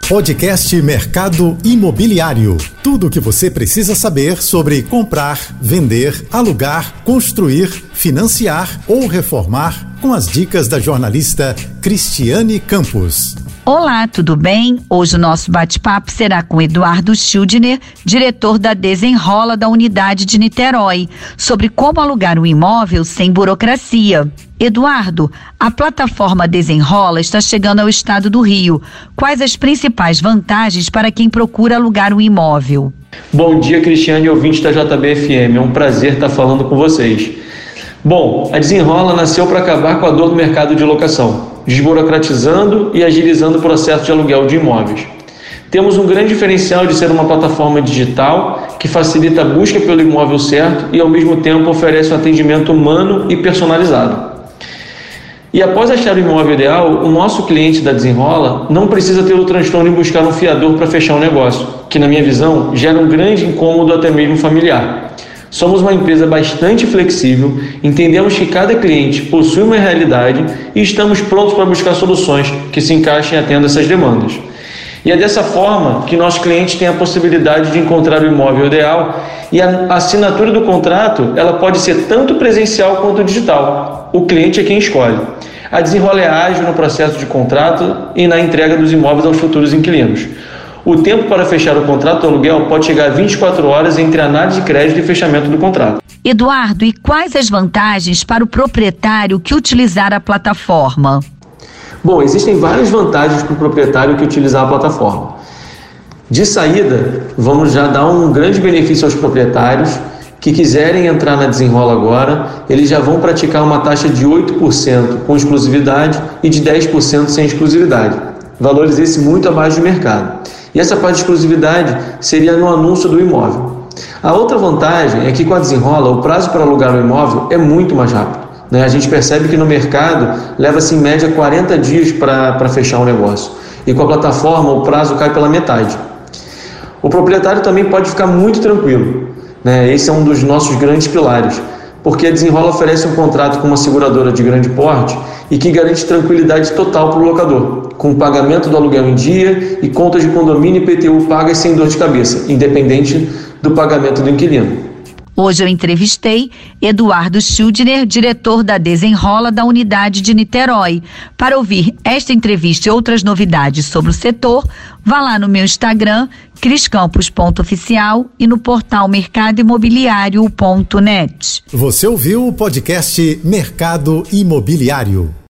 Podcast Mercado Imobiliário. Tudo o que você precisa saber sobre comprar, vender, alugar, construir, financiar ou reformar, com as dicas da jornalista Cristiane Campos. Olá, tudo bem? Hoje o nosso bate-papo será com Eduardo Schildner, diretor da Desenrola da unidade de Niterói, sobre como alugar um imóvel sem burocracia. Eduardo, a plataforma Desenrola está chegando ao estado do Rio. Quais as principais vantagens para quem procura alugar um imóvel? Bom dia, Cristiane, ouvinte da JBFM. É um prazer estar falando com vocês. Bom, a Desenrola nasceu para acabar com a dor do mercado de locação, desburocratizando e agilizando o processo de aluguel de imóveis. Temos um grande diferencial de ser uma plataforma digital que facilita a busca pelo imóvel certo e, ao mesmo tempo, oferece um atendimento humano e personalizado. E após achar o imóvel ideal, o nosso cliente da Desenrola não precisa ter o transtorno em buscar um fiador para fechar um negócio, que, na minha visão, gera um grande incômodo até mesmo familiar. Somos uma empresa bastante flexível, entendemos que cada cliente possui uma realidade e estamos prontos para buscar soluções que se encaixem e atendam essas demandas. E é dessa forma que nossos clientes têm a possibilidade de encontrar o imóvel ideal, e a assinatura do contrato ela pode ser tanto presencial quanto digital. O cliente é quem escolhe. A Desenrola é ágil no processo de contrato e na entrega dos imóveis aos futuros inquilinos. O tempo para fechar o contrato do aluguel pode chegar a 24 horas entre análise de crédito e fechamento do contrato. Eduardo, e quais as vantagens para o proprietário que utilizar a plataforma? Bom, existem várias vantagens para o proprietário que utilizar a plataforma. De saída, vamos já dar um grande benefício aos proprietários que quiserem entrar na Desenrola agora. Eles já vão praticar uma taxa de 8% com exclusividade e de 10% sem exclusividade. Valores esse muito abaixo do mercado. E essa parte de exclusividade seria no anúncio do imóvel. A outra vantagem é que com a Desenrola o prazo para alugar um imóvel é muito mais rápido. A gente percebe que no mercado leva-se em média 40 dias para fechar um negócio. E com a plataforma o prazo cai pela metade. O proprietário também pode ficar muito tranquilo. Esse é um dos nossos grandes pilares, porque a Desenrola oferece um contrato com uma seguradora de grande porte e que garante tranquilidade total para o locador, com o pagamento do aluguel em dia e contas de condomínio e IPTU pagas sem dor de cabeça, independente do pagamento do inquilino. Hoje eu entrevistei Eduardo Schildner, diretor da Desenrola da unidade de Niterói. Para ouvir esta entrevista e outras novidades sobre o setor, vá lá no meu Instagram, criscampos.oficial, e no portal mercadoimobiliario.net. Você ouviu o podcast Mercado Imobiliário.